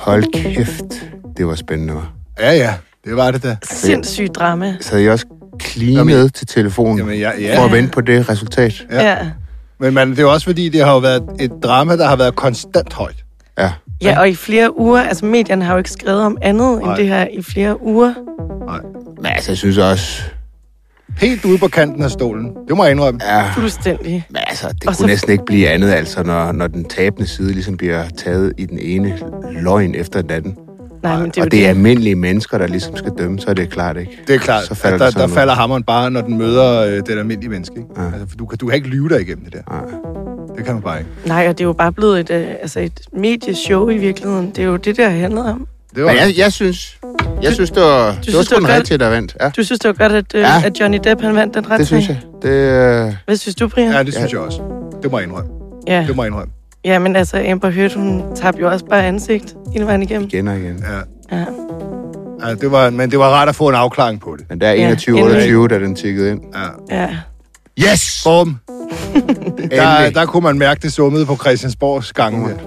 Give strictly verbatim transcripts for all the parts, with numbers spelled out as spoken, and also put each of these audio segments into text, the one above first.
Hold kæft, det var spændende, hva'? Ja, ja, det var det da. Sindssygt drama. Så havde jeg også klinet til telefonen jamen, ja, ja. for at vente på det resultat. Ja. ja. Men man, det er også fordi, det har jo været et drama, der har været konstant højt. Ja. Ja, og i flere uger, altså medierne har jo ikke skrevet om andet Nej. end det her i flere uger. Nej. Men altså, jeg synes også... Helt ude på kanten af stolen. Det må jeg indrømme. Ja. Fuldstændig. Men altså, det og kunne så... næsten ikke blive andet, altså, når, når den tabende side ligesom bliver taget i den ene løgn efter den anden. Nej, men det er og jo det er det. almindelige mennesker, der ligesom skal dømme, så er det klart, ikke? Det er klart. Så falder der, det der der falder hammeren bare, når den møder øh, den almindelige menneske. Ikke? Ja. Altså, for du, kan, du kan ikke lyve dig igennem det der. Nej. Det kan man bare ikke. Nej, og det er jo bare blevet et, øh, altså et medieshow i virkeligheden. Det er jo det, der handler om. Det var... Men jeg, jeg synes, jeg du, synes, det var, du det var sgu den rigtige, der vandt. Ja. Du synes, det var godt, at, øh, ja. at Johnny Depp han vandt den retssag? Det synes jeg. Det, øh... Hvad synes du, Brian? Ja, det synes ja. jeg også. Det må jeg indrømme. Ja. Det må jeg indrømme. Ja, men altså, Amber Heard, hun tabte jo også bare ansigt hele vejen igennem. Igen og igen. Ja. Ja. Ja, det var, men det var rart at få en afklaring på det. Men der er enogtyve otteogtyve, da den tikkede ind. Ja. Ja. Yes! Bum! der, der kunne man mærke det summede på Christiansborgs gange. Det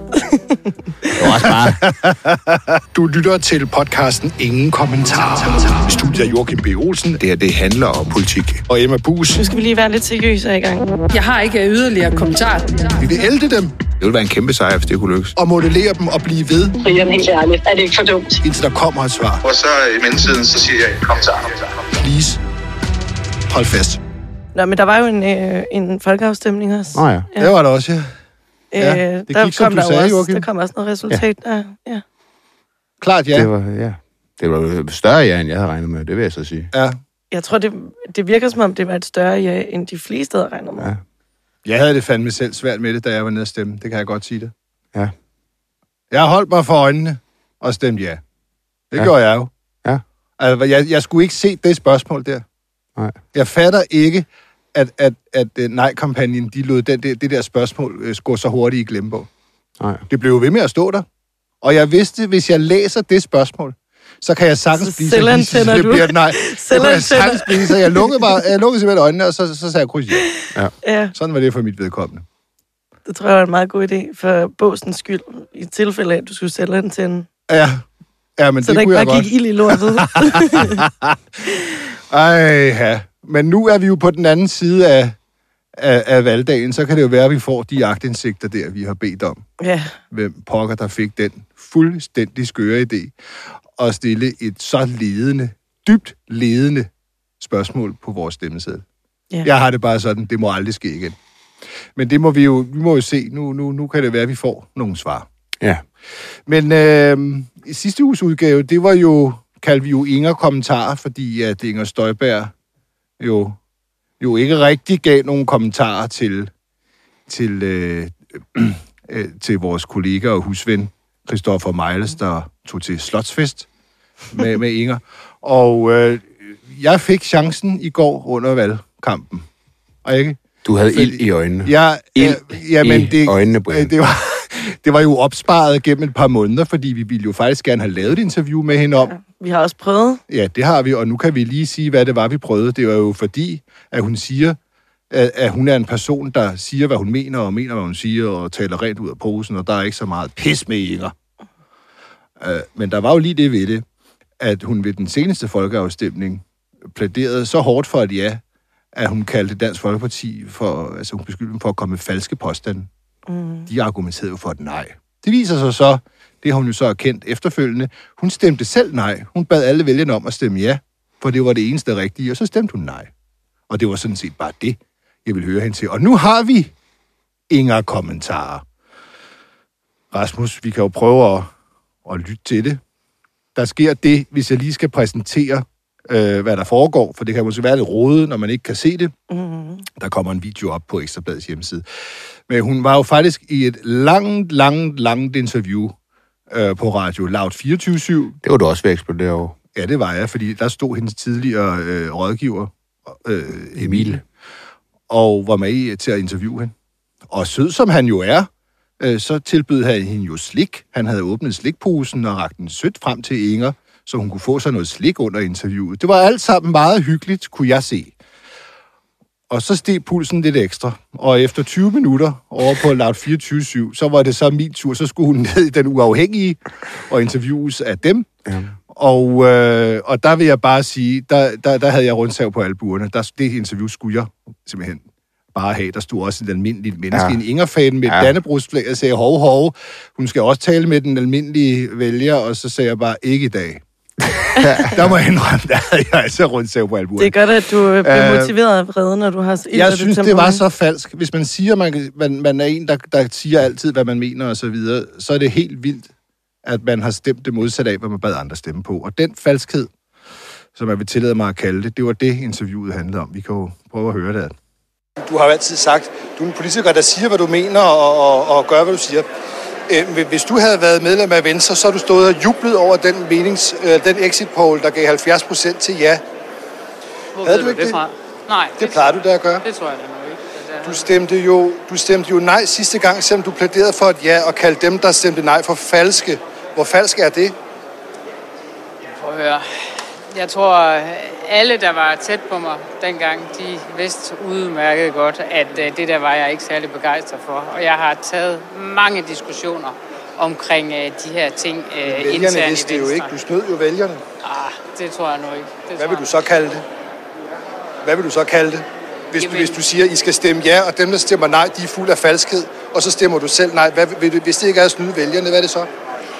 var også bare... Du lytter til podcasten Ingen Kommentarer. Studiet af Joachim B. Olsen. Det her, det handler om politik. Og Emma Buus. Nu skal vi lige være lidt seriøse i gang. Jeg har ikke yderligere kommentarer. Vi vil elde dem. Det ville være en kæmpe sejr, hvis det kunne lykkes. Og modellere dem og blive ved. Brian, helt ærligt. Er det ikke for dumt? Indtil der kommer et svar. Og så i mellemtiden, så siger jeg kommentarer. Please. Hold fast. Nå, men der var jo en, øh, en folkeafstemning også. Nå ja. ja. Det var der også, ja. Ja, det der gik, som kom du der sagde, også, Joachim. Der kom også noget resultat ja. der. Ja. Klart, ja. Det var, ja. Det var større ja, end jeg havde regnet med, det vil jeg så sige. Ja. Jeg tror, det, det virker som om, det var et større ja, end de fleste havde regnet med. Ja. Jeg havde det fandme selv svært med det, da jeg var nede at stemme. Det kan jeg godt sige det. Ja. Jeg har holdt mig for øjnene og stemt ja. Det ja. gjorde jeg jo. Ja. Altså, jeg, jeg skulle ikke se det spørgsmål der. Nej. Jeg fatter ikke, at, at, at, at nej-kampagnen, de lod den, det, det der spørgsmål øh, gå så hurtigt i glemmebog. Nej. Det blev jo ved med at stå der. Og jeg vidste, hvis jeg læser det spørgsmål, så kan jeg sagtens blive så lige, så det bliver et nej. Så kan jeg sagtens blive, så jeg lukkede, bare, jeg lukkede simpelthen øjnene, og så, så sagde jeg kryds ja. Ja. Ja. Sådan var det for mit vedkommende. Det tror jeg var en meget god idé for båsens skyld, i tilfælde af, at du skulle sælge den til en. Ja, ja men så det der kunne jeg ikke bare godt. gik ild i lortet. Ej, ja. Men nu er vi jo på den anden side af, af, af valgdagen, så kan det jo være, at vi får de aktindsigter der, vi har bedt om. Ja. Hvem pokker, der fik den fuldstændig skøre idé at stille et så ledende, dybt ledende spørgsmål på vores stemmeseddel. Ja. Jeg har det bare sådan, det må aldrig ske igen. Men det må vi jo, vi må jo se. Nu, nu, nu kan det være, at vi får nogle svar. Ja. Men øh, i sidste uges udgave, det var jo, kaldte vi jo Inger kommentarer, fordi at Inger Støjberg jo, jo ikke rigtig gav nogen kommentarer til, til, øh, øh, til vores kollega og husven, Christoffer Mejles, der tog til Slotsfest med, med Inger. Og øh, jeg fik chancen i går under valgkampen. Og ikke? Du havde Fordi, ild i øjnene. Ja, ild ja, men i det, øjnene, Brian. Det var, det var jo opsparet gennem et par måneder, fordi vi ville jo faktisk gerne have lavet et interview med hende om. Ja, vi har også prøvet. Ja, det har vi, og nu kan vi lige sige, hvad det var, vi prøvede. Det var jo fordi, at hun siger, at, at hun er en person, der siger, hvad hun mener, og mener, hvad hun siger, og taler rent ud af posen, og der er ikke så meget pis med Inger. Uh, men der var jo lige det ved det, at hun ved den seneste folkeafstemning plæderede så hårdt for et ja, at hun kaldte Dansk Folkeparti for, altså hun beskyldte dem for at komme med falske påstande. Mm. De argumenterede jo for et nej. Det viser sig så, det har hun jo så erkendt efterfølgende, hun stemte selv nej. Hun bad alle vælgerne om at stemme ja, for det var det eneste rigtige, og så stemte hun nej. Og det var sådan set bare det, jeg vil høre hende til. Og nu har vi Inger kommentarer. Rasmus, vi kan jo prøve at, at lytte til det. Der sker det, hvis jeg lige skal præsentere, øh, hvad der foregår, for det kan måske være lidt rodet, når man ikke kan se det. Mm-hmm. Der kommer en video op på Ekstra Bladets hjemmeside. Men hun var jo faktisk i et langt, langt, langt interview øh, på Radio Loud fireogtyve syv. Det var du også ved at eksplodere over. Ja, det var jeg, fordi der stod hendes tidligere øh, rådgiver, øh, Emil, og var med til at interviewe hende. Og sød som han jo er, øh, så tilbød han hende jo slik. Han havde åbnet slikposen og rakt en sødt frem til Inger, så hun kunne få sig noget slik under interviewet. Det var alt sammen meget hyggeligt, kunne jeg se. Og så steg pulsen lidt ekstra. Og efter tyve minutter over på Loud fireogtyve syv, så var det så min tur. Så skulle hun ned i Den Uafhængige og interviews af dem. Ja. Og, øh, og der vil jeg bare sige, der, der, der havde jeg rundsav på albuerne. Der, det interview skulle jeg simpelthen bare have. Der stod også en almindelig menneske, ja. en Ingerfaden med ja. et dannebrugsflag, og sagde, hov, hov, hun skal også tale med den almindelige vælger, og så sagde jeg bare, ikke i dag. Der må jeg indrømme, der havde jeg altså rundsav på albuerne. Det er godt, at du bliver motiveret af vrede, når du har... Jeg synes, det, det var så falsk. Hvis man siger, man, man, man er en, der, der siger altid, hvad man mener og så videre, så er det helt vildt, at man har stemt det modsatte af, hvad man bad andre stemme på. Og den falskhed, som jeg vil tillade mig at kalde det, det var det, interviewet handlede om. Vi kan jo prøve at høre det. Du har jo altid sagt, du er en politiker, der siger, hvad du mener og, og, og gør, hvad du siger. Hvis du havde været medlem af Venstre, så har du stået og jublet over den, menings, den exit poll, der gav halvfjerds procent til ja. Hvor havde du ikke det fra? Nej. Det plejer du da at gøre. Det tror jeg da nok ikke. Du stemte, jo, du stemte jo nej sidste gang, selvom du plæderede for et ja, og kaldte dem, der stemte nej, for falske. Hvor falsk er det? Prøv at høre. Jeg tror, alle, der var tæt på mig dengang, de vidste udmærket godt, at det der var jeg ikke særlig begejstret for. Og jeg har taget mange diskussioner omkring de her ting internt i Venstre. Vælgerne vidste det jo ikke. Du snød jo vælgerne. Ah, det tror jeg nu ikke. Det Hvad vil du så kalde det? Hvad vil du så kalde det? Hvis, du, hvis du siger, at I skal stemme ja, og dem, der stemmer nej, de er fuld af falskhed, og så stemmer du selv nej. Hvad, hvis det ikke er at snyde vælgerne, hvad er det så?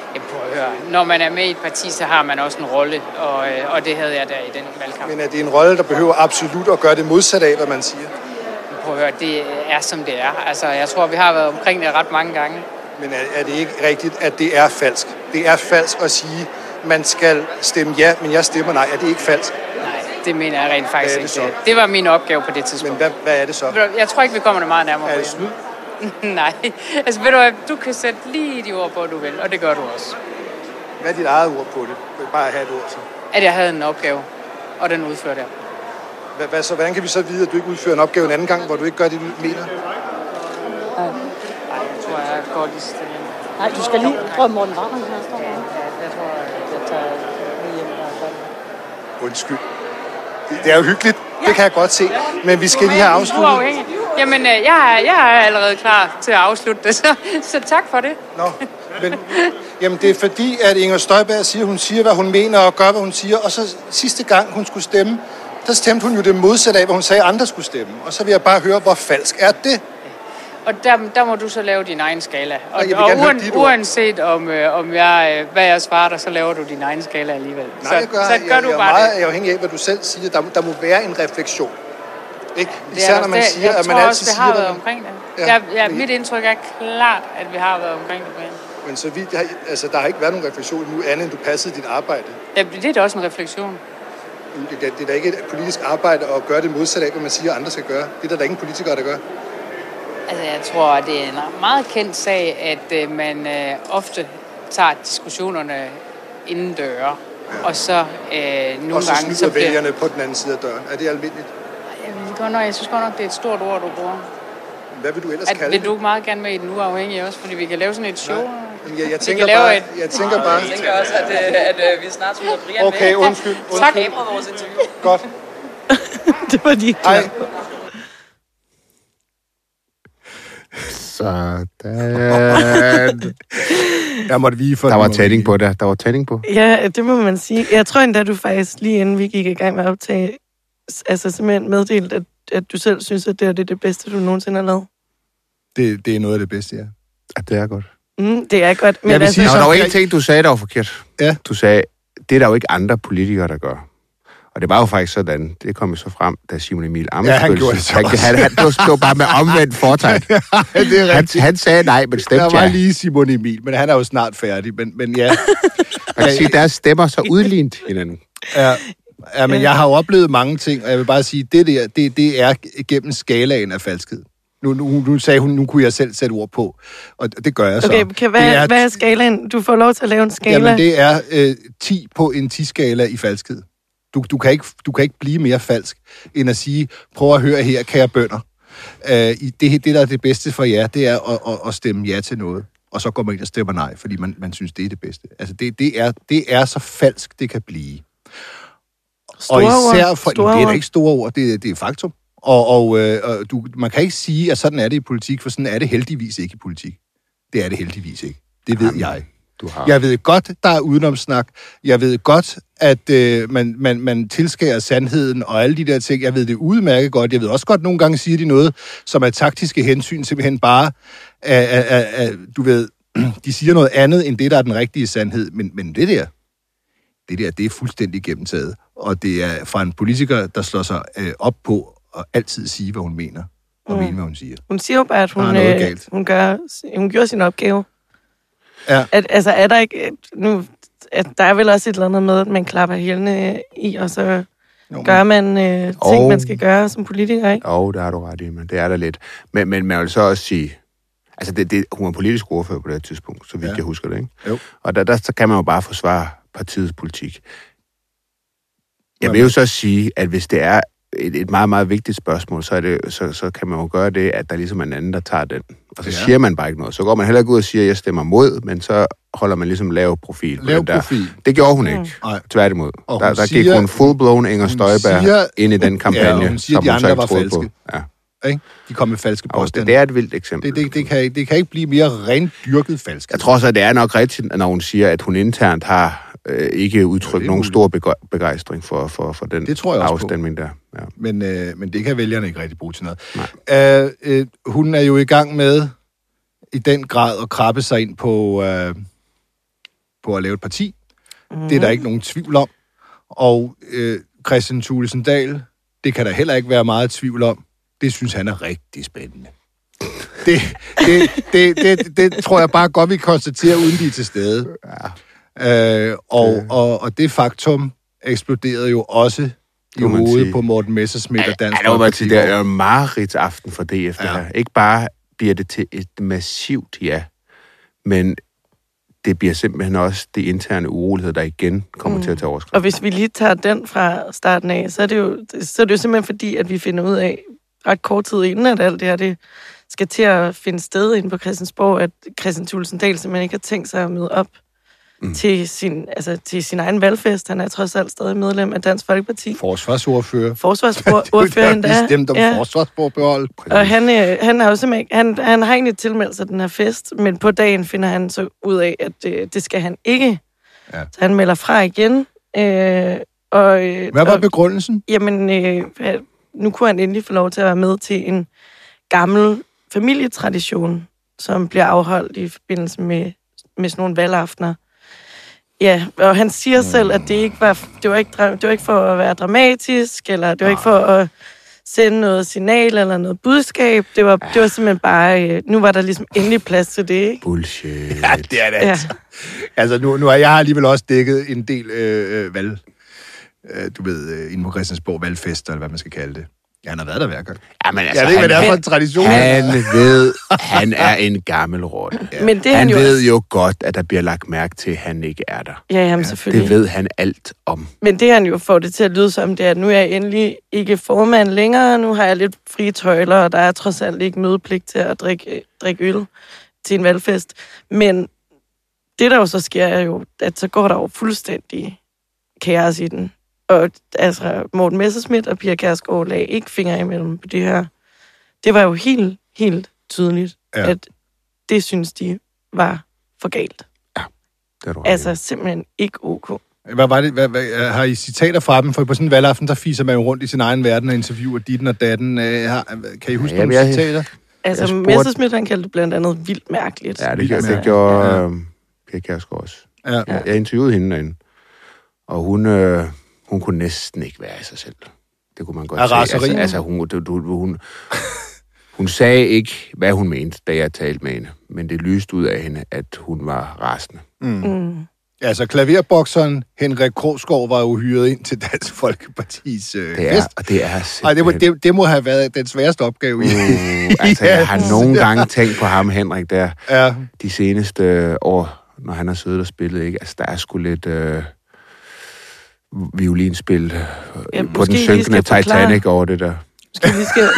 Når man er med i et parti, så har man også en rolle, og, og det havde jeg der i den valgkamp. Men er det en rolle, der behøver absolut at gøre det modsatte af, hvad man siger? Prøv at høre, det er som det er. Altså, jeg tror, vi har været omkring det ret mange gange. Men er, er det ikke rigtigt, at det er falsk? Det er falsk at sige, man skal stemme ja, men jeg stemmer nej. Er det ikke falsk? Nej, det mener jeg rent faktisk det ikke. Det var min opgave på det tidspunkt. Men hvad, hvad er det så? Jeg tror ikke, vi kommer det meget nærmere. Er det snyd? Nej. Altså, ved du hvad, du kan sætte lige de ord på, du vil, og det gør du også. Hvad er dit eget ord på det? Bare have et ord så. At jeg havde en opgave, og den udførte jeg. Hvad, hvad, så, hvordan kan vi så vide, at du ikke udfører en opgave en anden gang, hvor du ikke gør det, du mener? Nej, jeg tror, jeg går lige stille. Nej, du skal lige prøve Morten Rammeren, her står der. Ja, jeg tror, jeg tager lige hjem og undskyld. Det er jo hyggeligt, det kan jeg godt se. Men vi skal lige have afsluttet. Jamen, jeg er, jeg er allerede klar til at afslutte det, så, så tak for det. Nå, men jamen, det er fordi, at Inger Støjberg siger, hun siger, hvad hun mener og gør, hvad hun siger. Og så sidste gang, hun skulle stemme, der stemte hun jo det modsatte af, hvad hun sagde, andre skulle stemme. Og så vil jeg bare høre, hvor falsk er det? Og der, der må du så lave din egen skala. Og, og, og uen, uanset om, øh, om jeg, hvad jeg svarer dig, så laver du din egen skala alligevel. Nej, jeg gør, så, så gør jeg, du jeg bare er meget det. afhængig af, hvad du selv siger. Der, der må være en refleksion. Ikke? Især når man det, siger, at man altid også, det har været omkring det. Ja, jeg, jeg, mit indtryk er klart, at vi har været omkring det. Men så vidt, altså, der har ikke været nogen refleksion nu, andet end du passede dit arbejde. Ja, det er da også en refleksion. Det, det, det er da ikke et politisk arbejde at gøre det modsatte af, hvad man siger, andre skal gøre. Det er der, der ingen politikere, der gør. Altså, jeg tror, det er en meget kendt sag, at øh, man øh, ofte tager diskussionerne inden døre, ja. og så øh, nogle og så gange... så bliver vælgerne på den anden side af døren. Er det almindeligt? Jeg, godt nok, jeg synes godt nok, det er et stort ord, du bruger. Hvad vil du ellers at, kalde vil det? Vil du meget gerne med i Den Uafhængige også, fordi vi kan lave sådan et show? Nej. Jeg, jeg tænker bare... Et... Jeg tænker bare... Jeg tænker også, at, at, at vi snart smider Brian med. Okay, undskyld. undskyld. Tak. Tak. Vores interview. Godt. Det var de Hej. Sådan. Jeg måtte vige for Der var tætning på det. Der var tætning på. Ja, det må man sige. Jeg tror endda, du faktisk lige inden vi gik i gang med at optage, altså simpelthen meddelt, at, at du selv synes, at det er det, det bedste, du nogensinde har lavet. Det, det er noget af det bedste, ja. Ja, det er godt. Mm, det er godt. Men jeg vil altså, sige, der var en ting, du sagde, der var forkert. Ja. Du sagde, det er der jo ikke andre politikere, der gør. Og det var jo faktisk sådan, det kom jo så frem, da Simon Emil Ammitzbøll... Ja, han gjorde det så han, han, han, det var bare med omvendt fortegn. Ja, det er han, han sagde nej, men stemte ja. Der var ja. lige Simon Emil, men han er jo snart færdig. Men, men ja... Man kan sige, deres stemmer så udlignet hinanden. Ja, ja, men jeg har jo oplevet mange ting, og jeg vil bare sige, det der, det, det er gennem skalaen af falskhed. Nu, nu, nu sagde hun, nu kunne jeg selv sætte ord på, og det gør jeg så. Okay, kan, hvad, er, hvad er skalaen? Du får lov til at lave en skala. Jamen, det er øh, ti på en ti-skala i falskhed. Du, du, kan ikke, du kan ikke blive mere falsk, end at sige, prøv at høre her, kære bønder. Øh, det, det, der er det bedste for jer, det er at, at, at stemme ja til noget. Og så går man ind og stemmer nej, fordi man, man synes, det er det bedste. Altså, det, det, er, det er så falsk, det kan blive. Store og især for... Store det er da ikke store ord, det, det er faktum. Og, og, øh, og du, man kan ikke sige, at sådan er det i politik, for sådan er det heldigvis ikke i politik. Det er det heldigvis ikke. Det ved jeg. Du har. Jeg ved godt, der er udenomsnak. Jeg ved godt, at øh, man, man, man tilskærer sandheden og alle de der ting. Jeg ved det udmærket godt. Jeg ved også godt, nogle gange siger de noget, som er taktiske hensyn, simpelthen bare, at, at, at, at, du ved, de siger noget andet, end det, der er den rigtige sandhed. Men, men det der, det der, det er fuldstændig gennemtaget. Og det er fra en politiker, der slår sig øh, op på at altid sige, hvad hun mener, og mm. mene, hvad hun siger. Hun siger jo bare, at hun, øh, hun, gør, hun gør sin opgave. Ja. At, altså, er der ikke... Nu, at der er vel også et eller andet med, at man klapper hælene i, og så jo, gør man øh, ting, og, man skal gøre som politiker, ikke? Jo, der har du ret i, men det er der lidt. Men, men man vil så også sige... Altså, det, det, hun er politisk ordfører på det tidspunkt, så vidt ja. jeg husker det, ikke? Jo. Og der, der så kan man jo bare forsvare partiets politik. Jeg vil jo så sige, at hvis det er et, et meget, meget vigtigt spørgsmål, så, er det, så, så kan man jo gøre det, at der ligesom er en anden, der tager den. Og så ja. siger man bare ikke noget. Så går man heller ikke ud og siger, at jeg stemmer mod, men så holder man ligesom lav profil. Lav profil. Det gjorde hun ikke. Mm. Tværtimod. Der, der siger, gik hun full-blown Inger Støjberg siger, ind i den kampagne, ja, hun siger, som de hun så andre ikke troede på. Ja. Ikke? De kom med falske påstande. Det er et vildt eksempel. Det, det, det, kan, det kan ikke blive mere rent dyrket falsk. Jeg tror så, at det er nok rigtigt, når hun siger, at hun internt har øh, ikke udtrykt ja, nogen stor begejstring for, for, for den det tror jeg afstemning der. Ja. Men, øh, men det kan vælgerne ikke rigtig bruge til noget. Øh, øh, hun er jo i gang med i den grad at krabbe sig ind på, øh, på at lave et parti. Mm. Det er der ikke nogen tvivl om. Og øh, Kristian Thulesen Dahl, det kan der heller ikke være meget tvivl om. Det synes han er rigtig spændende. Det, det, det, det, det tror jeg bare godt, vi konstaterer, uden de er til stede. Ja. Øh, og, og, og det faktum eksploderede jo også i hovedet på Morten Messerschmidt og Dansk Folkeparti. Det er jo en mareridsaften for D F, det ja. her. Ikke bare bliver det til et massivt ja, men det bliver simpelthen også de interne uroligheder, der igen kommer mm. til at tage overskrift. Og hvis vi lige tager den fra starten af, så er det jo, så er det jo simpelthen fordi, at vi finder ud af, ret kort tid inden, at alt det her, det skal til at finde sted inde på Christiansborg, at Kristian Thulesen Dahl simpelthen ikke har tænkt sig at møde op mm. til, sin, altså, til sin egen valgfest. Han er trods alt stadig medlem af Dansk Folkeparti. Forsvarsordfører. Forsvarsordfører endda. Det er stemt om ja. forsvarsforbehold. Og han, øh, han, har jo simpelthen, han, han har egentlig tilmeldt sig den her fest, men på dagen finder han så ud af, at øh, det skal han ikke. Ja. Så han melder fra igen. Øh, og, øh, Hvad var og, begrundelsen? Jamen, øh, nu kunne han endelig få lov til at være med til en gammel familietradition, som bliver afholdt i forbindelse med, med sådan nogle valgaftener. Ja, og han siger selv, at det ikke var, det var ikke, det var ikke for at være dramatisk, eller det var ikke for at sende noget signal eller noget budskab. Det var, det var simpelthen bare, nu var der ligesom endelig plads til det, ikke? Bullshit. Ja, det er det altså. Ja. Altså, nu, nu har jeg alligevel også dækket en del øh, valg, øh, du ved, øh, inden på Christiansborg valgfester, eller hvad man skal kalde det. Ja, han har været der hver gang. Ja, men altså, jeg ved ikke, hvad det er for en tradition. Han ved, han er en gammel rotte. Ja. Men det han han ved også... jo godt, at der bliver lagt mærke til, at han ikke er der. Ja, jamen, selvfølgelig. Det ved han alt om. Men det han jo får det til at lyde som, det er, at nu er jeg endelig ikke formand længere, nu har jeg lidt frie tøjler, og der er trods alt ikke mødepligt til at drikke, drikke øl til en valgfest. Men det, der jo så sker, er jo, at så går der jo fuldstændig kaos i den. Og altså, Morten Messerschmidt og Pia Kjærsgaard lagde ikke fingre imellem på det her. Det var jo helt, helt tydeligt, ja. At det synes de var for galt. Ja, det er du Altså, simpelthen ikke ok. Hvad var det? Hvad, hvad, har I citater fra dem? For på sådan en valgaften, der fiser man jo rundt i sin egen verden og interviewer ditten og datten. Kan I huske ja, nogle citater? Altså, spurgte... Messerschmidt, han kaldte det blandt andet vildt mærkeligt. Ja, det, det, det gjorde ja. Pia Kjærsgaard også. Ja. Jeg, jeg interviewede hende derinde, og hun... Øh... Hun kunne næsten ikke være i sig selv. Det kunne man godt se. Altså, altså hun, du, du, hun, hun sagde ikke, hvad hun mente, da jeg talte med hende. Men det lyste ud af hende, at hun var rasende. Mm. Mm. Altså, klaverbokseren Henrik Krogsgaard var jo hyret ind til Dansk Folkepartis øh, det er, fest. Og det er Ej, det, må, det, det må have været den sværeste opgave. Uh, altså, jeg har nogle gange tænkt på ham, Henrik, der ja. de seneste år, når han har siddet og spillet. Ikke? Altså, der er sgu lidt... Øh, violinspil ja, på den synkende Titanic over det der. Måske lige skal,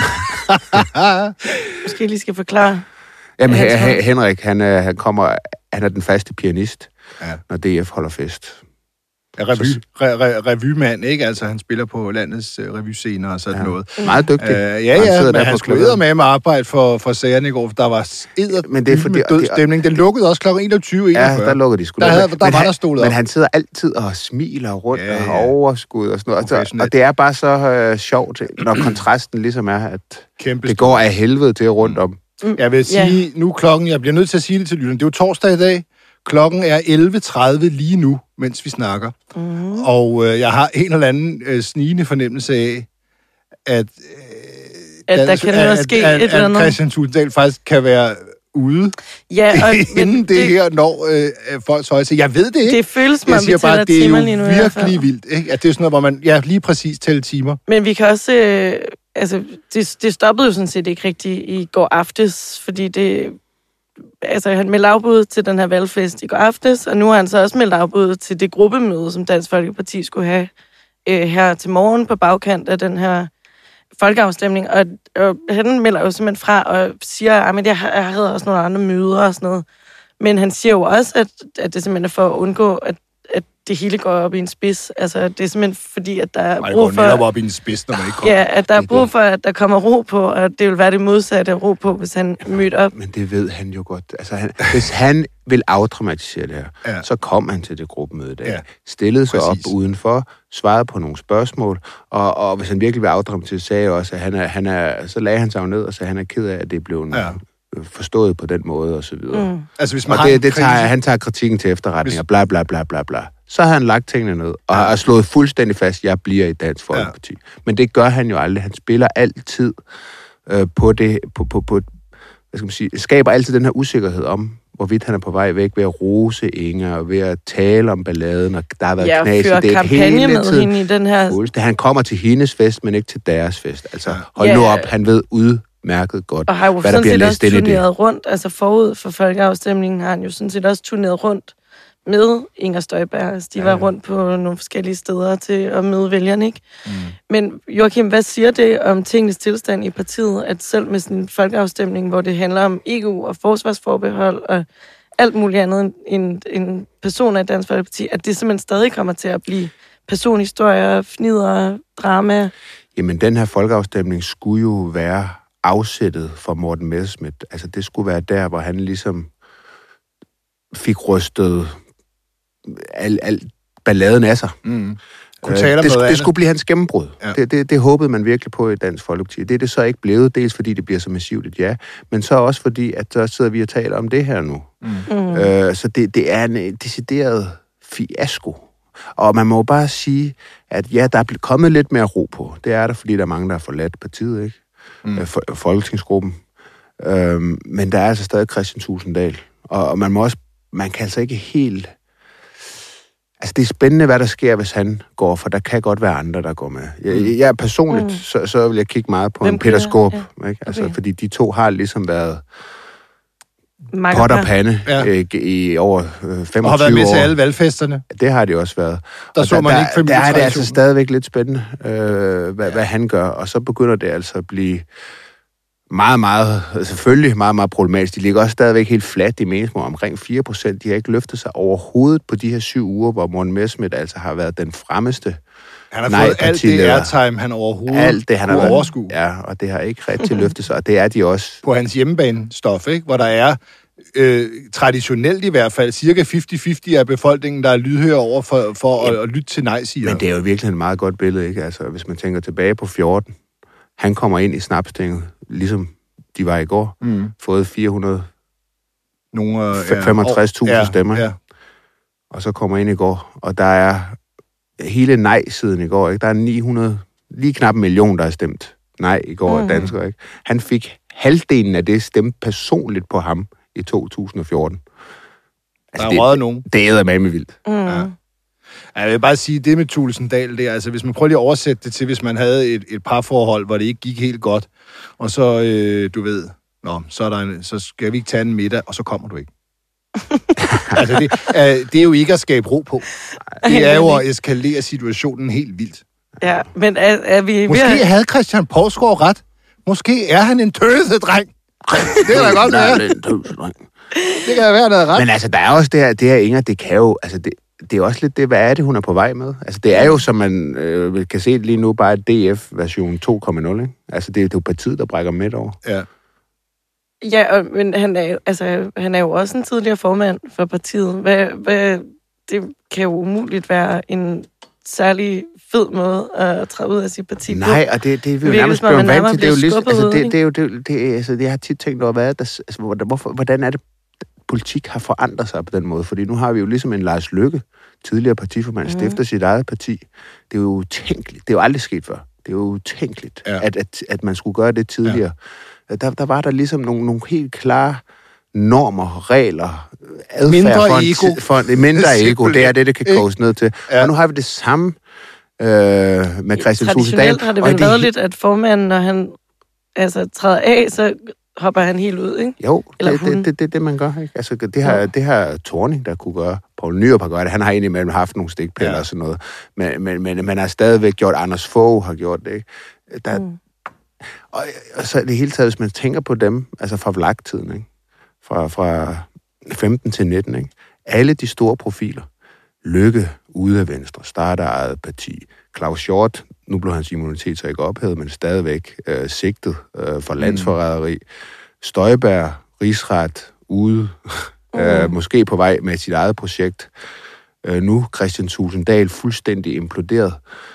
måske lige skal forklare. Jamen, han, Henrik, han, er, han, kommer, han er den faste pianist, ja. når D F holder fest. Ja, revy, re, re, revymand, ikke? Altså, han spiller på landets uh, revyscener og sådan ja. noget. Meget dygtig. Uh, ja, ja, han men han skulle eddermame med arbejde for, for sagerne i går, for der var edder men det er fordi, med død stemning. Den lukkede også klokken enogtyve enogfyrre. Ja, der lukkede de sgu. Der, havde, der var han, der stolet op. Men han sidder altid og smiler rundt ja, ja. og har overskud og sådan noget. Og, og det er bare så uh, sjovt, når kontrasten ligesom er, at Kæmpe det går af helvede til rundt om. Mm. Jeg vil sige, ja. nu klokken, jeg bliver nødt til at sige det til lytteren, det er jo torsdag i dag. Klokken er elleve tredive lige nu, mens vi snakker. Mm. Og øh, jeg har en eller anden øh, snigende fornemmelse af, at, øh, at der kan noget ske at, et eller andet. At Christian Tulsendal faktisk kan være ude, ja, og, inden det, det her når øh, folks højse. Jeg ved det ikke. Det føles mig, vi tæller timer lige nu. Det er jo virkelig vildt, ikke? At det er sådan noget, hvor man ja, lige præcis tæller timer. Men vi kan også... Øh, altså, det, det stoppede jo sådan set ikke rigtigt i går aftes, fordi det... Altså, han meldte afbud til den her valgfest i går aftes, og nu har han så også meldt afbud til det gruppemøde, som Dansk Folkeparti skulle have øh, her til morgen på bagkant af den her folkeafstemning. Og, og han melder jo simpelthen fra og siger, at jeg, jeg havde også nogle andre møder og sådan noget. Men han siger jo også, at, at det simpelthen er for at undgå, at, at det hele går op i en spids. Altså, det er simpelthen fordi, at der er Nej, brug for... det går op i en spids, når man ikke kommer. Ja, at der er brug for, at der kommer ro på, og det vil være det modsatte ro på, hvis han mødte op. Men det ved han jo godt. Altså, han, hvis han vil afdramatisere det her, ja. så kom han til det gruppemøde i dag. Ja. Stillede sig Præcis. op udenfor, svarede på nogle spørgsmål, og, og hvis han virkelig vil afdramatisere, sagde jeg også, at han er, han er, så lagde han sig jo ned og sagde, at han er ked af, at det blev en... Ja. forstået på den måde, og så videre. Mm. Altså, hvis man og det, det tager, han tager kritikken til efterretning, hvis... og bla, bla, bla, bla, bla. Så har han lagt tingene ned, og ja. har slået fuldstændig fast, jeg bliver i Dansk Folkeparti. Ja. Men det gør han jo aldrig. Han spiller altid øh, på det, på, på, på, hvad skal man sige, skaber altid den her usikkerhed om, hvorvidt han er på vej væk ved at rose Inger, og ved at tale om balladen, og der har været ja, knas i det kampagne med tiden. Hende i den her... Han kommer til hendes fest, men ikke til deres fest. Altså, hold ja. nu op, han ved ud mærket godt, og har jo hvad der bliver læst ind i det. turneret rundt, altså forud for folkeafstemningen har han jo sådan set også turneret rundt med Inger Støjberg. Altså, de ja, ja. var rundt på nogle forskellige steder til at møde vælgerne, ikke? Mm. Men Joachim, hvad siger det om tingens tilstand i partiet, at selv med sådan en folkeafstemning, hvor det handler om E U og forsvarsforbehold og alt muligt andet end en person af Dansk Folkeparti, at det simpelthen stadig kommer til at blive personhistorier, fnider, drama? Jamen, den her folkeafstemning skulle jo være afsættet for Morten Messerschmidt. Altså, det skulle være der, hvor han ligesom fik rystet al, al balladen af sig. Mm. Kunne tale om det, noget det skulle blive hans gennembrud. Ja. Det, det, det håbede man virkelig på i Dansk Folkeparti. Det er det så ikke blevet, dels fordi det bliver så massivt et ja, men så også fordi, at så sidder vi og taler om det her nu. Mm. Øh, så det, det er en decideret fiasko. Og man må bare sige, at ja, der er kommet lidt mere ro på. Det er der, fordi der er mange, der har forladt partiet, ikke? Mm. For, folketingsgruppen. Øhm, men der er altså stadig Christian Tulsendal. Og, og man må også, man kan altså ikke helt... Altså, det er spændende, hvad der sker, hvis han går, for der kan godt være andre, der går med. Jeg, jeg personligt, mm. så, så vil jeg kigge meget på Hvem en Peter Skaarup, ja. ikke? Altså, okay. Fordi de to har ligesom været pot og pande ja. ikke, i over øh, femogtyve år. Og har været med år. Til alle valgfesterne. Det har de også været. Der og så der, man ikke der, der er det altså stadigvæk lidt spændende, øh, hvad, ja. hvad han gør. Og så begynder det altså at blive meget, meget, selvfølgelig meget, meget problematisk. De ligger også stadigvæk helt fladt i meningsmål omkring fire procent. De har ikke løftet sig overhovedet på de her syv uger, hvor Morten Messerschmidt altså har været den fremmeste. Han har fået alt det airtime, han overhovedet alt det, han har overskue. Ja, og det har ikke rigtig løftet sig, og det er de også. På hans hjemmebane-stof, ikke? Hvor der er øh, traditionelt i hvert fald cirka halvtreds halvtreds af befolkningen, der er lydhør over for, for ja. at, at lytte til nej-siger. Men det er jo virkelig et meget godt billede, ikke? Altså, hvis man tænker tilbage på fjorten, han kommer ind i snapstinget, ligesom de var i går, mm. fået fire hundrede og femogtres tusind ja, stemmer, ja. Og så kommer ind i går, og der er hele nej-siden i går, ikke? Der er ni hundrede, lige knap en million, der har stemt nej i går, mm. danskere, ikke? Han fik halvdelen af det stemt personligt på ham i to tusind og fjorten. Altså, der er røget nogen. Det er med vildt. Mm. Ja. Jeg vil bare sige, det med Tulsendal, det er, altså, hvis man prøver lige at oversætte det til, hvis man havde et, et parforhold, hvor det ikke gik helt godt, og så, øh, du ved, nå, så, er der en, så skal vi ikke tage en middag, og så kommer du ikke. altså, det, øh, det er jo ikke at skabe ro på. Det er jo at eskalere situationen helt vildt. Ja, men er, er vi... Måske at... havde Christian Poulsgaard ret. Måske er han en tøsedreng. Det kan da godt være. Det kan være, der er ret. Men altså, der er også det her, det her Inger, det kan jo, altså det, det er også lidt det, hvad er det, hun er på vej med? Altså, det er jo, som man øh, kan se lige nu, bare D F-version to punkt nul, ikke? Altså, det er jo partiet, der brækker midt over. Ja. Ja, og, men han er, altså, han er jo også en tidligere formand for partiet. Hvad, hvad, det kan jo umuligt være en særlig fed måde at træde ud af sit parti. Nej, og det, det er vi jo nærmest blevet vant til. Det er jo ligesom, altså, det, det er jo, det, det, altså, jeg har tit tænkt over, hvad er der, altså, hvorfor, hvordan er det, politik har forandret sig på den måde? Fordi nu har vi jo ligesom en Lars Løkke, tidligere partiformand, mm. stifter sit eget parti. Det er jo utænkeligt. Det er jo aldrig sket før. Det er jo utænkeligt, ja. at, at, at man skulle gøre det tidligere. Ja. Der, der var der ligesom nogle, nogle helt klare normer, regler, adfærd mindre for en, ego. For en mindre ego. Det er det, det kan koges ned til. Ja. Og nu har vi det samme øh, med Christian Thulesen Dahl. Traditionelt har det vel det... været lidt, at formanden, når han altså, træder af, så hopper han helt ud, ikke? Jo, Eller det er det, det, det, det, man gør, ikke? Altså, det har, ja. det har Thorning, der kunne gøre. Poul Nyrup har gjort det. Han har indimellem haft nogle stikpiller ja. og sådan noget. Men, men, men man har stadigvæk gjort, Anders Fogh har gjort det, ikke? Der, mm. og, og så det hele taget, hvis man tænker på dem, altså fra vlagtiden, ikke? Fra, fra femten til nitten, ikke? Alle de store profiler. Løkke ude af Venstre, starter eget parti. Claus Hjort, nu blev hans immunitet så ikke ophævet, men stadigvæk øh, sigtet øh, for landsforræderi. Mm. Støjberg, rigsret, ude, mm. øh, måske på vej med sit eget projekt. Øh, nu Christian Thulesen Dahl fuldstændig imploderet.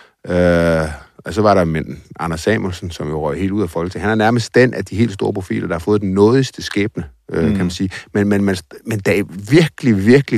Øh, og så var der men Anders Samuelsen, som jo røg helt ud af Folketinget. Han er nærmest den af de helt store profiler, der har fået den nådigste skæbne, øh, mm. kan man sige. Men, men, men, men der er virkelig, virkelig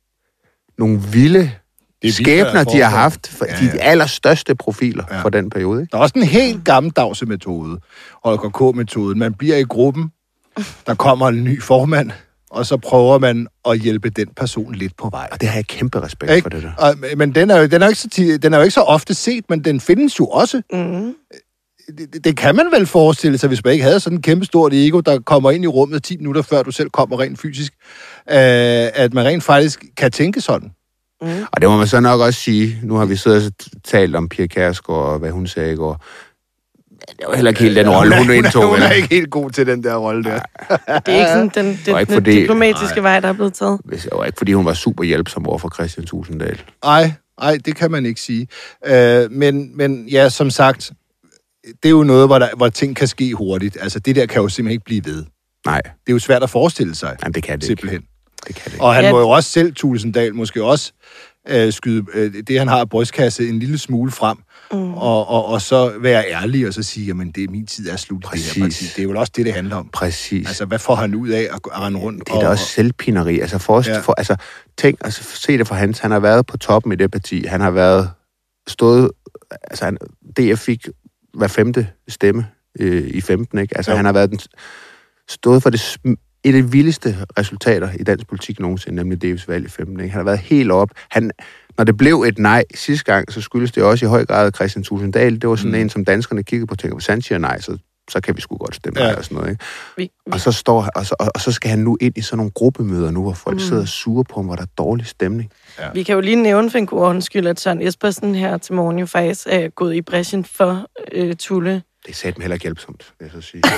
nogle vilde skæbner, de har haft, for ja, ja. de allerstørste profiler ja. fra den periode. Ikke? Der er også en helt gammeldags metode, Holger K-metoden. Man bliver i gruppen, der kommer en ny formand, og så prøver man at hjælpe den person lidt på vej. Og det har jeg kæmpe respekt ikke? for, det der. Og, men den er, jo, den, er jo ikke så, den er jo ikke så ofte set, men den findes jo også. Mm. Det, det kan man vel forestille sig, hvis man ikke havde sådan en kæmpe stort ego, der kommer ind i rummet ti minutter før du selv kommer rent fysisk, øh, at man rent faktisk kan tænke sådan. Mm. Og det må man så nok også sige. Nu har vi siddet og talt om Pia Kjærsgaard og hvad hun sagde i går. Det var heller ikke helt den ja, rolle, hun, hun indtog. Hun er, hun er ikke helt god til den der rolle der. Det er ikke sådan den, den, den fordi, diplomatiske nej. vej, der er blevet taget. Det var ikke, fordi hun var super hjælpsom over for Christian Thulesen Dahl. Nej, nej, det kan man ikke sige. Uh, men, men ja, som sagt, det er jo noget, hvor, der, hvor ting kan ske hurtigt. Altså, det der kan jo simpelthen ikke blive ved. Nej. Det er jo svært at forestille sig. Jamen, det kan det simpelthen. Ikke. Det kan det ikke. Og han ja. må jo også selv, Thulesen Dahl, måske også øh, skyde øh, det, han har af brystkasse, en lille smule frem, mm. og, og, og så være ærlig, og så sige, jamen, det, min tid er slut. Præcis. Det her parti. Det er jo også det, det handler om. Præcis. Altså, hvad får han ud af at rende rundt? Det er da også selvpineri. Altså, for, ja. for, altså, tænk, altså, se det for hans. Han har været på toppen i det parti. Han har været stået, altså, han, D F fik hver femte stemme øh, i femten, ikke? Altså, ja. han har været den, stået for det et af de vildeste resultater i dansk politik nogensinde, nemlig D F's valg i femten. Ikke? Han har været helt op. Han, når det blev et nej sidste gang, så skyldes det også i høj grad Christian Thulesen Dahl. Det var sådan mm. en, som danskerne kiggede på og tænkte, hvis han siger nej, så, så kan vi sgu godt stemme ja. nej og sådan noget. Ikke? Vi, vi... Og, så står, og, så, og, og så skal han nu ind i sådan nogle gruppemøder nu, hvor folk mm. sidder sure på ham, hvor der er dårlig stemning. Ja. Vi kan jo lige nævne for en god undskyld, at Søren Espersen her til morgen jo faktisk er gået i bræschen for øh, Tulle. Det sagde dem heller ikke hjælpsomt, vil jeg så sige.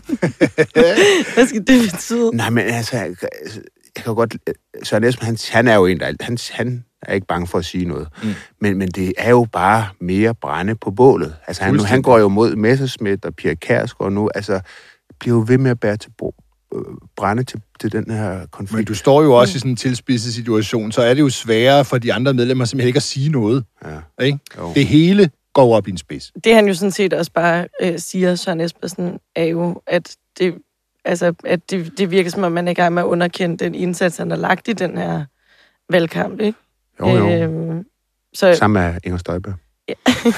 Hvad skal det betyde? Nej, men altså, jeg, jeg kan godt... Søren Espersen, han, han er jo en, der... Han, han er ikke bange for at sige noget. Mm. Men, men det er jo bare mere brænde på bålet. Altså, han, han går jo mod Messerschmidt og Pia Kjærsgaard nu. Altså, bliver jo ved med at bære til bo, øh, brænde til, til den her konflikt. Men du står jo også mm. i sådan en tilspidset situation, så er det jo sværere for de andre medlemmer simpelthen ikke at sige noget. Ja. Ikke? Det hele går op i en spids. Det han jo sådan set også bare øh, siger, Søren Espersen, er jo, at det, altså, at det, det virker som om, man er i gang med at underkende den indsats, han har lagt i den her valgkamp, ikke? Jo, jo. Øhm, så... Sammen med Inger Støjberg. Ja.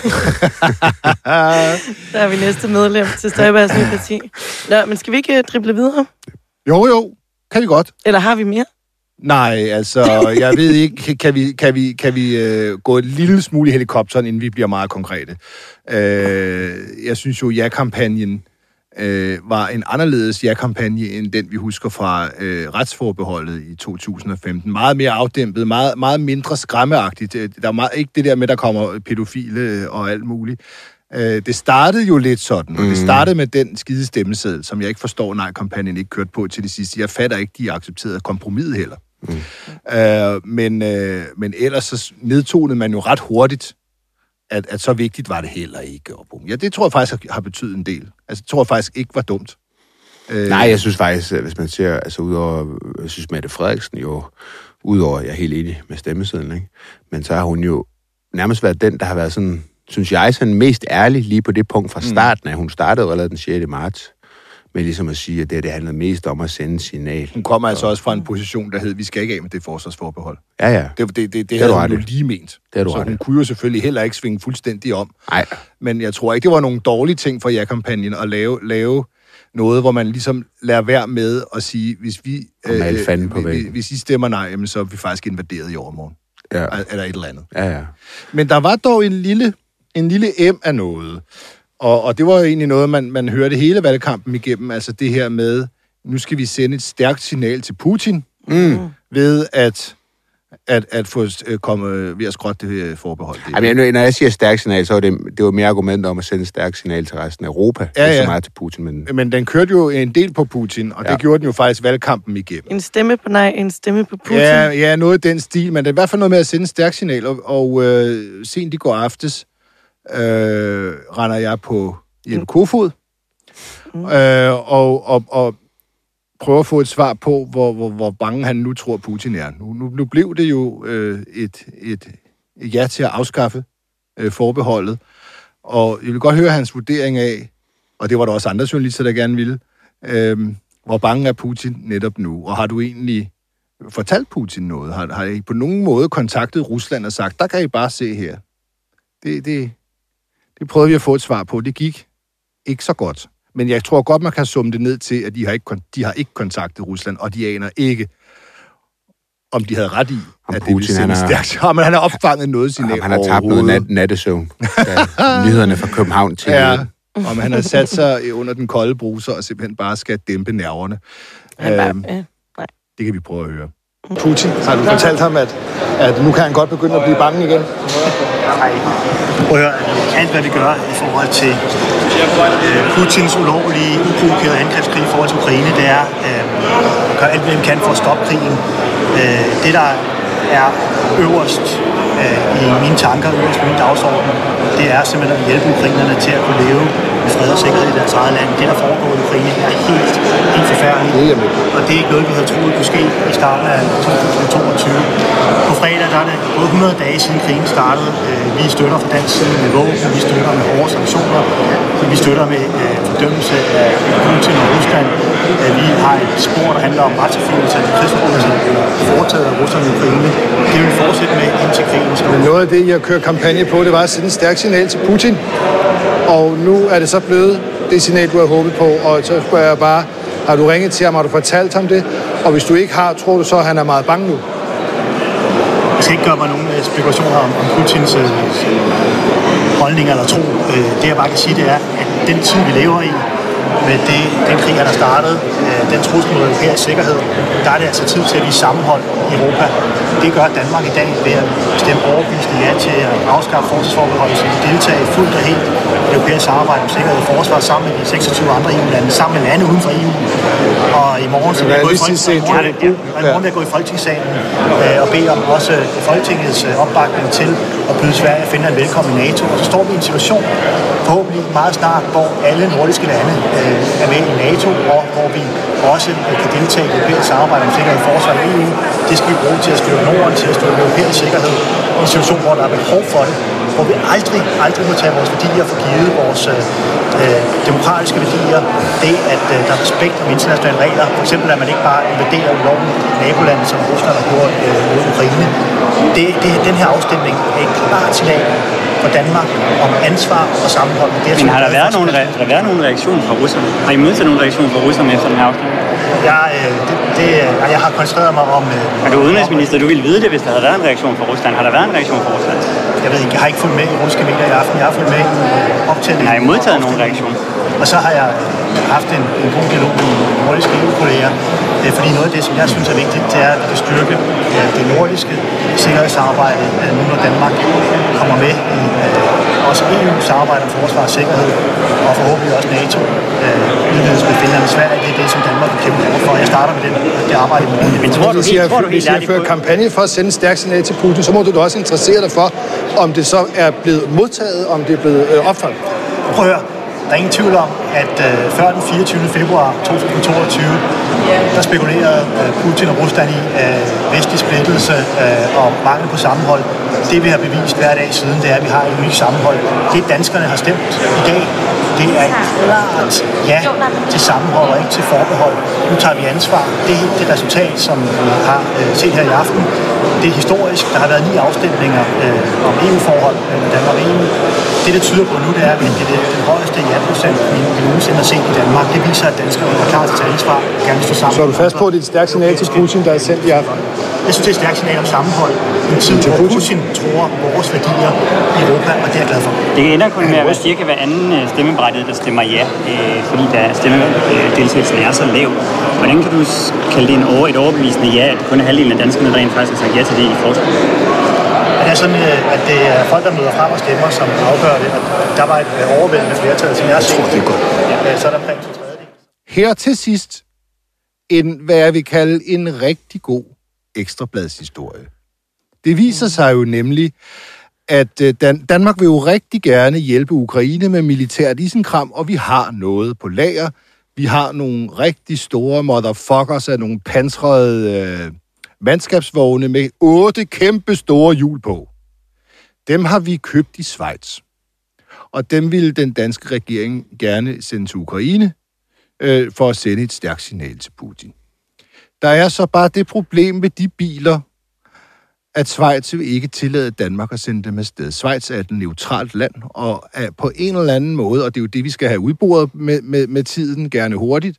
Så er vi næste medlem til Støjbergs nye parti. Nå, men skal vi ikke drible videre? Jo, jo. Kan vi godt. Eller har vi mere? Nej, altså, jeg ved ikke, kan vi, kan vi, kan vi øh, gå et lille smule i helikopteren, inden vi bliver meget konkrete. Øh, jeg synes jo, ja-kampagnen øh, var en anderledes ja-kampagne, end den, vi husker fra øh, retsforbeholdet i to tusind og femten. Meget mere afdæmpet, meget, meget mindre skræmmeagtigt. Der er meget, ikke det der med, der kommer pædofile og alt muligt. Øh, det startede jo lidt sådan, og det startede med den skide stemmeseddel, som jeg ikke forstår, nej, kampagnen ikke kørte på til det sidste. Jeg fatter ikke, de accepterede kompromiset heller. Mm. Øh, men, øh, men ellers så nedtonede man jo ret hurtigt, at, at så vigtigt var det heller ikke. Ja, det tror jeg faktisk har betydet en del. Altså, det tror jeg faktisk ikke var dumt. Øh, Nej, jeg synes faktisk, hvis man ser, altså udover, jeg synes Mette Frederiksen jo, udover, jeg er helt enig med stemmesiden, ikke? Men så har hun jo nærmest været den, der har været sådan, synes jeg, sådan mest ærlig lige på det punkt fra starten, at hun startede allerede den sjette marts, med ligesom at sige, at det, det handlede mest om at sende signal. Hun kommer altså også fra en position, der hed, vi skal ikke af med det forsvarsforbehold. Ja, ja. Det, det, det, det, det havde hun jo lige ment. Det så hun kunne jo selvfølgelig heller ikke svinge fuldstændig om. Nej. Men jeg tror ikke, det var nogen dårlige ting for ja-kampagnen at lave, lave noget, hvor man ligesom lader være med at sige, hvis vi øh, på hvis, hvis I stemmer nej, jamen, så er vi faktisk invaderet i overmorgen. Ja. Eller et eller andet. Ja, ja. Men der var dog en lille, en lille M af noget. Og, og det var jo egentlig noget, man, man hørte hele valgkampen igennem. Altså det her med, nu skal vi sende et stærkt signal til Putin, mm. ved at, at, at få uh, komme ved at skrotte det forbehold. Det. Jamen, når jeg siger stærkt signal, så var det, det var mere argument om at sende et stærkt signal til resten af Europa. Ja, ja. Ikke så meget til Putin. Men... men den kørte jo en del på Putin, og ja. det gjorde den jo faktisk valgkampen igennem. En stemme på nej, en stemme på Putin. Ja, ja, noget af den stil, men det er i hvert fald noget med at sende et stærkt signal, og, og øh, sent i går aftes øh, render jeg på Jeppe Kofod, mm. øh, og, og, og prøver at få et svar på, hvor, hvor, hvor bange han nu tror, Putin er. Nu, nu, nu blev det jo øh, et, et ja til at afskaffe øh, forbeholdet, og jeg vil godt høre hans vurdering af, og det var der også andre journalister, der gerne ville, øh, hvor bange er Putin netop nu, og har du egentlig fortalt Putin noget? Har, har I på nogen måde kontaktet Rusland og sagt, der kan I bare se her. Det, det, det prøvede vi at få et svar på. Det gik ikke så godt. Men jeg tror godt, man kan summe det ned til, at de har ikke, de har ikke kontaktet Rusland, og de aner ikke, om de havde ret i, om at Putin, det ville sende stærkt. Ja, men han har opfanget noget signal. Han har tabt noget nat, nattesøvn. Nyhederne fra København til... Ja, om han har sat sig under den kolde bruser og simpelthen bare skal dæmpe nerverne. Øhm, det kan vi prøve at høre. Putin, har du fortalt ham, at, at nu kan han godt begynde at blive bange igen? Nej. Prøv at høre, alt hvad vi gør i forhold til øh, Putins ulovlige, uprovokerede angrebskrig i forhold til Ukraine, det er øh, at gøre alt, hvad vi kan for at stoppe krigen. Øh, det, der er øverst øh, i mine tanker, øverst i min dagsorden, det er simpelthen at hjælpe ukrainerne til at kunne leve med fred og sikkerhed i deres eget land. Det, der foregår i Ukraine, er helt, helt forfærdeligt. Og det er ikke noget, vi havde troet kunne ske i starten af to tusind toogtyve. På fredag der er det gået hundrede dage siden krigen startede. Vi støtter fra dansk side med våben, vi støtter med hårde sanktioner, vi støtter med øh, fordømmelse af Putin og Rusland. Vi har et spor, der handler om retsforfølgelse af krigsforbrydelser foretaget af Rusland i Ukraine. Det vil vi fortsætte med indtil krigen. Men noget af det, jeg kører kampagne på, det var at sende et stærkt signal til Putin. Og nu er det så blevet det signal, du har håbet på. Og så spørger jeg bare, har du ringet til ham, har du fortalt ham det? Og hvis du ikke har, tror du så, at han er meget bange nu? Jeg skal ikke gøre mig nogen spekulationer om, om Putins øh, holdninger eller tro. Øh, det jeg bare kan sige, det er, at den tid, vi lever i, med det, den krig, han har startet, øh, den trussel mod europæisk sikkerhed, der er det altså tid til at vise sammenhold i Europa. Det gør Danmark i dag ved at stemme overbevisende ja til at afskaffe forsvarsforbeholdet, så vi deltager fuldt og helt i det europæiske samarbejde om sikkerhed og forsvar sammen med de seksogtyve andre E U-lande, sammen med lande uden for E U. Og i morgen så vil jeg gå i Folketingssalen, gå i Folketingssalen øh, og bede om også Folketingets øh, opbakning til at byde Sverige og Finland velkommen i NATO. Og så står vi i en situation, forhåbentlig meget snart, hvor alle nordiske lande øh, er med i NATO, og hvor vi også øh, kan deltage i det europæiske samarbejde om sikkerhed og forsvar i E U. Det skal vi bruge til at styrke Norden, til at styrke europæisk sikkerhed. I en situation, hvor der er behov for det, hvor vi aldrig, aldrig må tage vores værdier for givet, vores øh, demokratiske værdier. Det, at øh, der er respekt om internationale regler. For eksempel, at man ikke bare invaderer ulovligt nabolandet, som Rusland har gjort øh, mod Ukraine. Det, det, den her afstemning er et klart signal for Danmark om ansvar og sammenhold. Det, Men har der været nogen, re- der været nogen reaktion fra russerne? Har I modtaget nogen reaktion fra russerne efter den her afstemning? Ja, øh, det, det, jeg har koncentreret mig om... Øh, er du udenrigsminister? Du ville vide det, hvis der havde været en reaktion fra Rusland. Har der været en reaktion fra Rusland? Jeg ved ikke, jeg har ikke fulgt med i russiske medier i aften. Jeg har fulgt med i optændingen. Har I modtaget nogen reaktion? Og så har jeg haft en, en god dialog med mine nordiske E U-kolleger. Fordi noget af det, som jeg synes er vigtigt, det er, at vi kan styrke det nordiske sikkerhedssamarbejde, nu når Danmark kommer med i også E U samarbejde om forsvar og sikkerhed, og forhåbentlig også NATO øh, udvides med Finland og Sverige. Det er det, som Danmark vil kæmpe for. Jeg starter med den, det arbejde med. Men tror du, siger, tror du helt ærligt på kampagne for at sende et stærkt signal til Putin, så må du da også interessere dig for, om det så er blevet modtaget, om det er blevet øh, opfanget. Prøv at høre. Der er ingen tvivl om, at øh, før den fireogtyvende februar to tusind toogtyve, der spekulerede øh, Putin og Rusland i øh, vestlig splittelse øh, og mangel på sammenhold. Det vi har bevist hver dag siden, det er, at vi har et unikt sammenhold. Det danskerne har stemt i dag, det er et klart ja til sammenhold og ikke til forbehold. Nu tager vi ansvar. Det er det resultat, som vi har øh, set her i aften. Det er historisk. Der har været ni afstemninger øh, om E U-forhold mellem Danmark og E U. Det, det tyder på nu, det er, at det er den højeste ja-procent, vi, vi nogensinde har set i Danmark. Det viser, at danskerne er klar til at tage ansvar og gerne stå sammen. Så er du fast på, at det er et stærkt signal til Putin, der er sendt i aften? Jeg synes, det er et stærkt signal om sammenhold. En tid, hvor Putin tror vores værdier i Europa, og det er jeg glad for. Det kan ender kun med at være cirka hver anden stemmeberettiget, der stemmer ja, øh, fordi der stemmedeltagelsen er så lav. Hvordan kan du kalde det en over, et overbevisende ja, at kun halvdelen af danskerne, der rent faktisk har sagt ja til det i forskning? Det er sådan, at det er folk, der møder frem og stemmer, som afgør det. Der var et overvældende flertal, som jeg har set. Det er godt. Ja, så er der omkring to tredjedel. Her til sidst, en, hvad jeg vil kalde en rigtig god ekstrabladshistorie. Det viser sig jo nemlig, at Dan- Danmark vil jo rigtig gerne hjælpe Ukraine med militært isenkram, og vi har noget på lager. Vi har nogle rigtig store motherfuckers af nogle pansrede øh, mandskabsvogne med otte kæmpe store hjul på. Dem har vi købt i Schweiz. Og dem ville den danske regering gerne sende til Ukraine øh, for at sende et stærkt signal til Putin. Der er så bare det problem med de biler, at Schweiz vil ikke tillade Danmark at sende dem afsted. Schweiz er et neutralt land, og er på en eller anden måde, og det er jo det, vi skal have udboret med, med, med tiden, gerne hurtigt,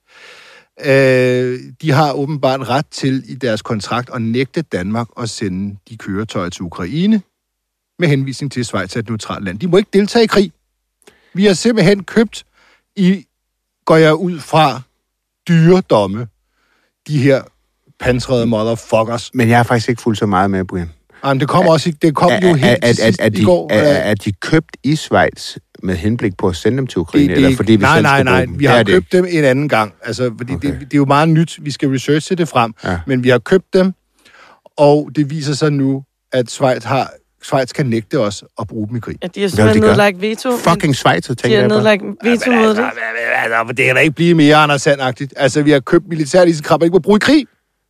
øh, de har åbenbart ret til i deres kontrakt at nægte Danmark at sende de køretøjer til Ukraine, med henvisning til, at Schweiz er et neutralt land. De må ikke deltage i krig. Vi har simpelthen købt, i går jeg ud fra, dyredomme, de her pansrede motherfuckers. Men jeg har faktisk ikke fulgt så meget med, Brian. Jamen, det kom også, det kom jo helt til sidst i går. Er de købt i Schweiz med henblik på at sende dem til Ukraine, det, det, eller fordi vi nej, selv nej, skal nej, dem? vi har købt dem en anden gang. Altså, fordi okay. det, det er jo meget nyt. Vi skal researche det frem. Ja. Men vi har købt dem, og det viser sig nu, at Schweiz har Schweiz kan nægte os at bruge dem i krig. Ja, de har simpelthen de nedlagt veto. Fucking Schweiz, tænker jeg. De har nedlagt veto mod det. Altså, det kan da ikke blive mere Anders Sand-agtigt. Altså, vi har købt militært isenkram, og ikke må bruge i krig.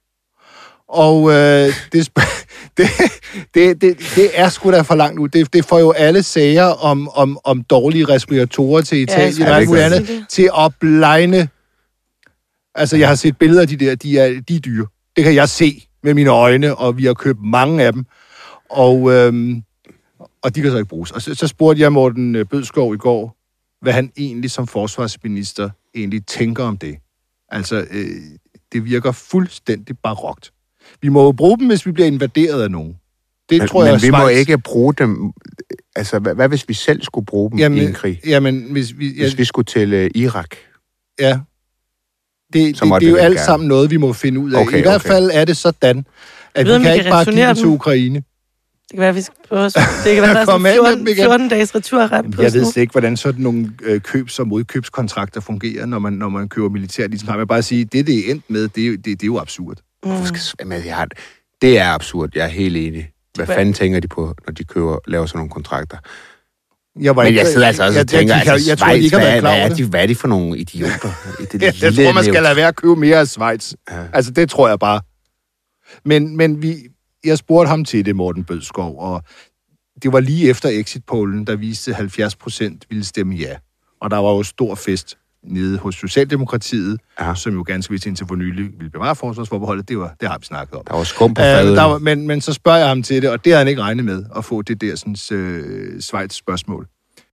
Og øh, det, det, det, det, det er sgu da for langt nu. Det, det får jo alle sager om, om, om dårlige respiratorer til Italien ja, og alt muligt andet til at blegne. Altså, jeg har set billeder af de der, de er, de er dyre. Det kan jeg se med mine øjne, og vi har købt mange af dem. Og, øhm, og de kan så ikke bruges. Og så, så spurgte jeg Morten Bødskov i går, hvad han egentlig som forsvarsminister egentlig tænker om det. Altså, øh, det virker fuldstændig barokt. Vi må jo bruge dem, hvis vi bliver invaderet af nogen. Det men, tror jeg, men vi Schweiz... må ikke bruge dem... Altså, hvad, hvad hvis vi selv skulle bruge dem jamen, i en krig? Jamen, hvis vi... Ja, hvis vi skulle til uh, Irak? Ja. Det, det, det, det er jo alt gerne. Sammen noget, vi må finde ud af. Okay, I hvert okay. fald er det sådan, at ved, vi kan vi ikke kan bare give dem til Ukraine. Det kan være, vi skal prøve. Det kan være, der er sådan fjorten, fjorten dages returret på. Jeg ved slet ikke, hvordan sådan nogle øh, købs- og modkøbskontrakter fungerer, når man, når man køber militært. Ligesom kan man bare sige, det det er endt med, det, det, det er jo absurd. Mm. Skal, jeg har, det er absurd, jeg er helt enig. Hvad fanden tænker de på, når de køber, laver sådan nogle kontrakter? Jeg Men jeg sidder altså også og tænker, jeg, altså, jeg, Schweiz, jeg, jeg, jeg, hvad, hvad, er de, hvad er de for nogle idioter? Det ja, jeg tror, man skal lade være at købe mere af Schweiz. Ja. Altså, det tror jeg bare. Men, men vi, jeg spurgte ham til det, Morten Bødskov, og det var lige efter exit-pollen, der viste halvfjerds procent ville stemme ja. Og der var jo stor fest nede hos Socialdemokratiet, ja. Som jo ganske vist indtil for nylig ville bevare forsvarsforbeholdet. Det, var, det har vi snakket om. Der var skum på fadet. Uh, der var, men, men så spørger jeg ham til det, og det havde han ikke regnet med, at få det der sådan, øh, Schweiz-spørgsmål.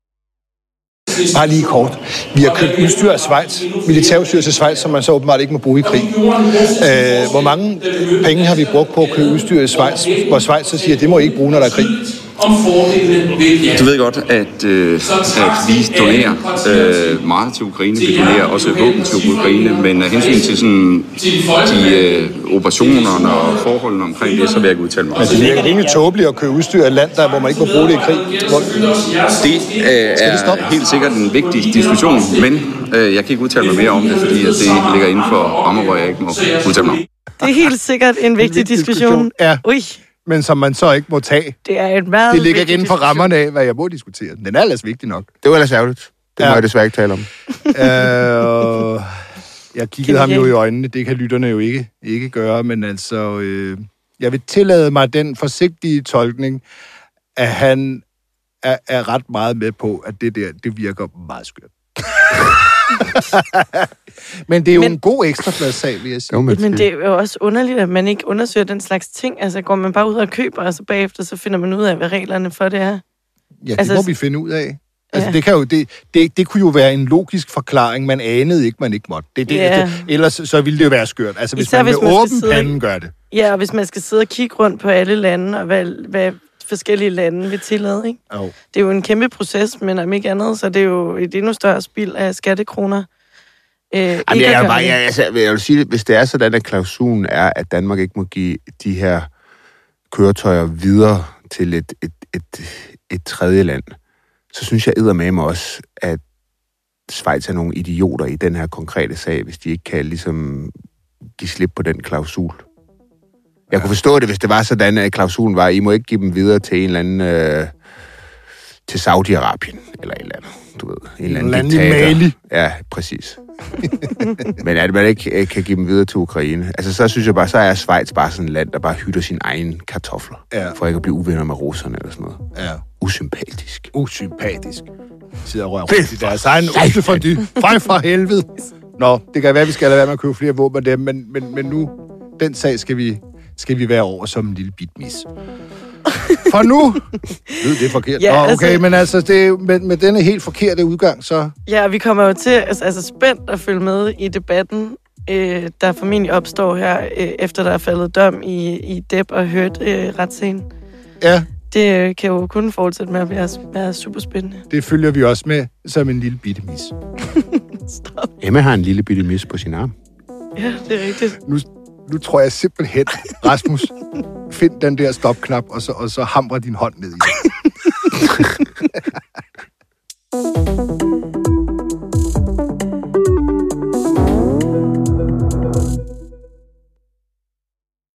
Bare lige kort. Vi har købt udstyr af Schweiz, militærudstyr til Schweiz, som man så åbenbart ikke må bruge i krig. Uh, hvor mange penge har vi brugt på at købe udstyr i Schweiz, hvor Schweiz så siger, at det må I ikke bruge, når der er krig? om fordelene ved ja. Du ved godt, at, øh, at vi donerer øh, meget til Ukraine. Vi donerer også våben til Ukraine, men af hensyn til sådan, de øh, operationerne og forholdene omkring det, så vil jeg ikke udtale mig. Men det virker rimelig tåbeligt at købe udstyr af et land, der, hvor man ikke må bruge det i krig. Det øh, er helt sikkert en vigtig diskussion, men øh, jeg kan ikke udtale mig mere om det, fordi at det ligger inden for rammer, hvor jeg ikke må udtale mig om. Det er helt sikkert en vigtig diskussion. Ja. Ui. Men som man så ikke må tage. Det er et meget Det ligger ikke inden for rammerne af, hvad jeg må diskutere. Den er ellers vigtig nok. Det var ellers ærgerligt. Det ja. må jeg desværre ikke tale om. øh, jeg kiggede ham jo i øjnene. Det kan lytterne jo ikke, ikke gøre, men altså... Øh, jeg vil tillade mig den forsigtige tolkning, at han er, er ret meget med på, at det der, det virker meget skørt. Men det er jo men, en god ekstrabladssag, vil jeg sige. Men det er jo også underligt, at man ikke undersøger den slags ting. Altså går man bare ud og køber, og så bagefter så finder man ud af, hvad reglerne for det er. Ja, det altså, må vi finde ud af. Altså, ja. det, kan jo, det, det, det kunne jo være en logisk forklaring, man anede ikke, man ikke måtte. Det, det, ja. det, ellers så ville det jo være skørt. Altså, hvis Især man med åben sidde... panden gør det. Ja, og hvis man skal sidde og kigge rundt på alle lande, og hvad, hvad forskellige lande vil tillade, ikke? Oh. Det er jo en kæmpe proces, men om ikke andet, så det er jo et endnu større spild af skattekroner. Øh, Jamen, jeg, jeg, bare, jeg, altså, jeg vil sige, hvis det er sådan, at klausulen er, at Danmark ikke må give de her køretøjer videre til et, et, et, et tredje land, så synes jeg eddermame også, at Schweiz er nogle idioter i den her konkrete sag, hvis de ikke kan ligesom give slip på den klausul. Jeg kunne forstå det, hvis det var sådan, at klausulen var, I må ikke give dem videre til en eller anden, øh, til Saudi-Arabien, eller et eller andet, du ved. En eller anden diktator. Mali. Ja, præcis. Men at man ikke kan give dem videre til Ukraine. Altså, så synes jeg bare, så er Schweiz bare sådan et land, der bare hytter sine egne kartofler. Ja. For ikke at blive uvenner med russerne eller sådan noget. Ja. Usympatisk. Usympatisk. Sidder og rører rundt i deres egen ostefondue. Fej fra helvede. Nå, det kan være, vi skal lade være med at købe flere våben af dem, men, men, men nu, den sag skal vi, skal vi være over som en lille bit mis. For nu lød det forkert. Ja, Nå, okay, altså, men altså, det, med, med denne helt forkerte udgang, så... Ja, vi kommer jo til altså, altså spændt at følge med i debatten, øh, der formentlig opstår her, øh, efter der er faldet dom i, i Depp og Heard øh, retsscenen. Ja. Det øh, kan jo kun fortsætte med at være, være super spændende. Det følger vi også med som en lille bitte mis. Stop. Emma har en lille bitte mis på sin arm. Ja, det er rigtigt. Nu, nu tror jeg simpelthen, Rasmus, find den der stopknap, og så, og så hamrer din hånd ned i.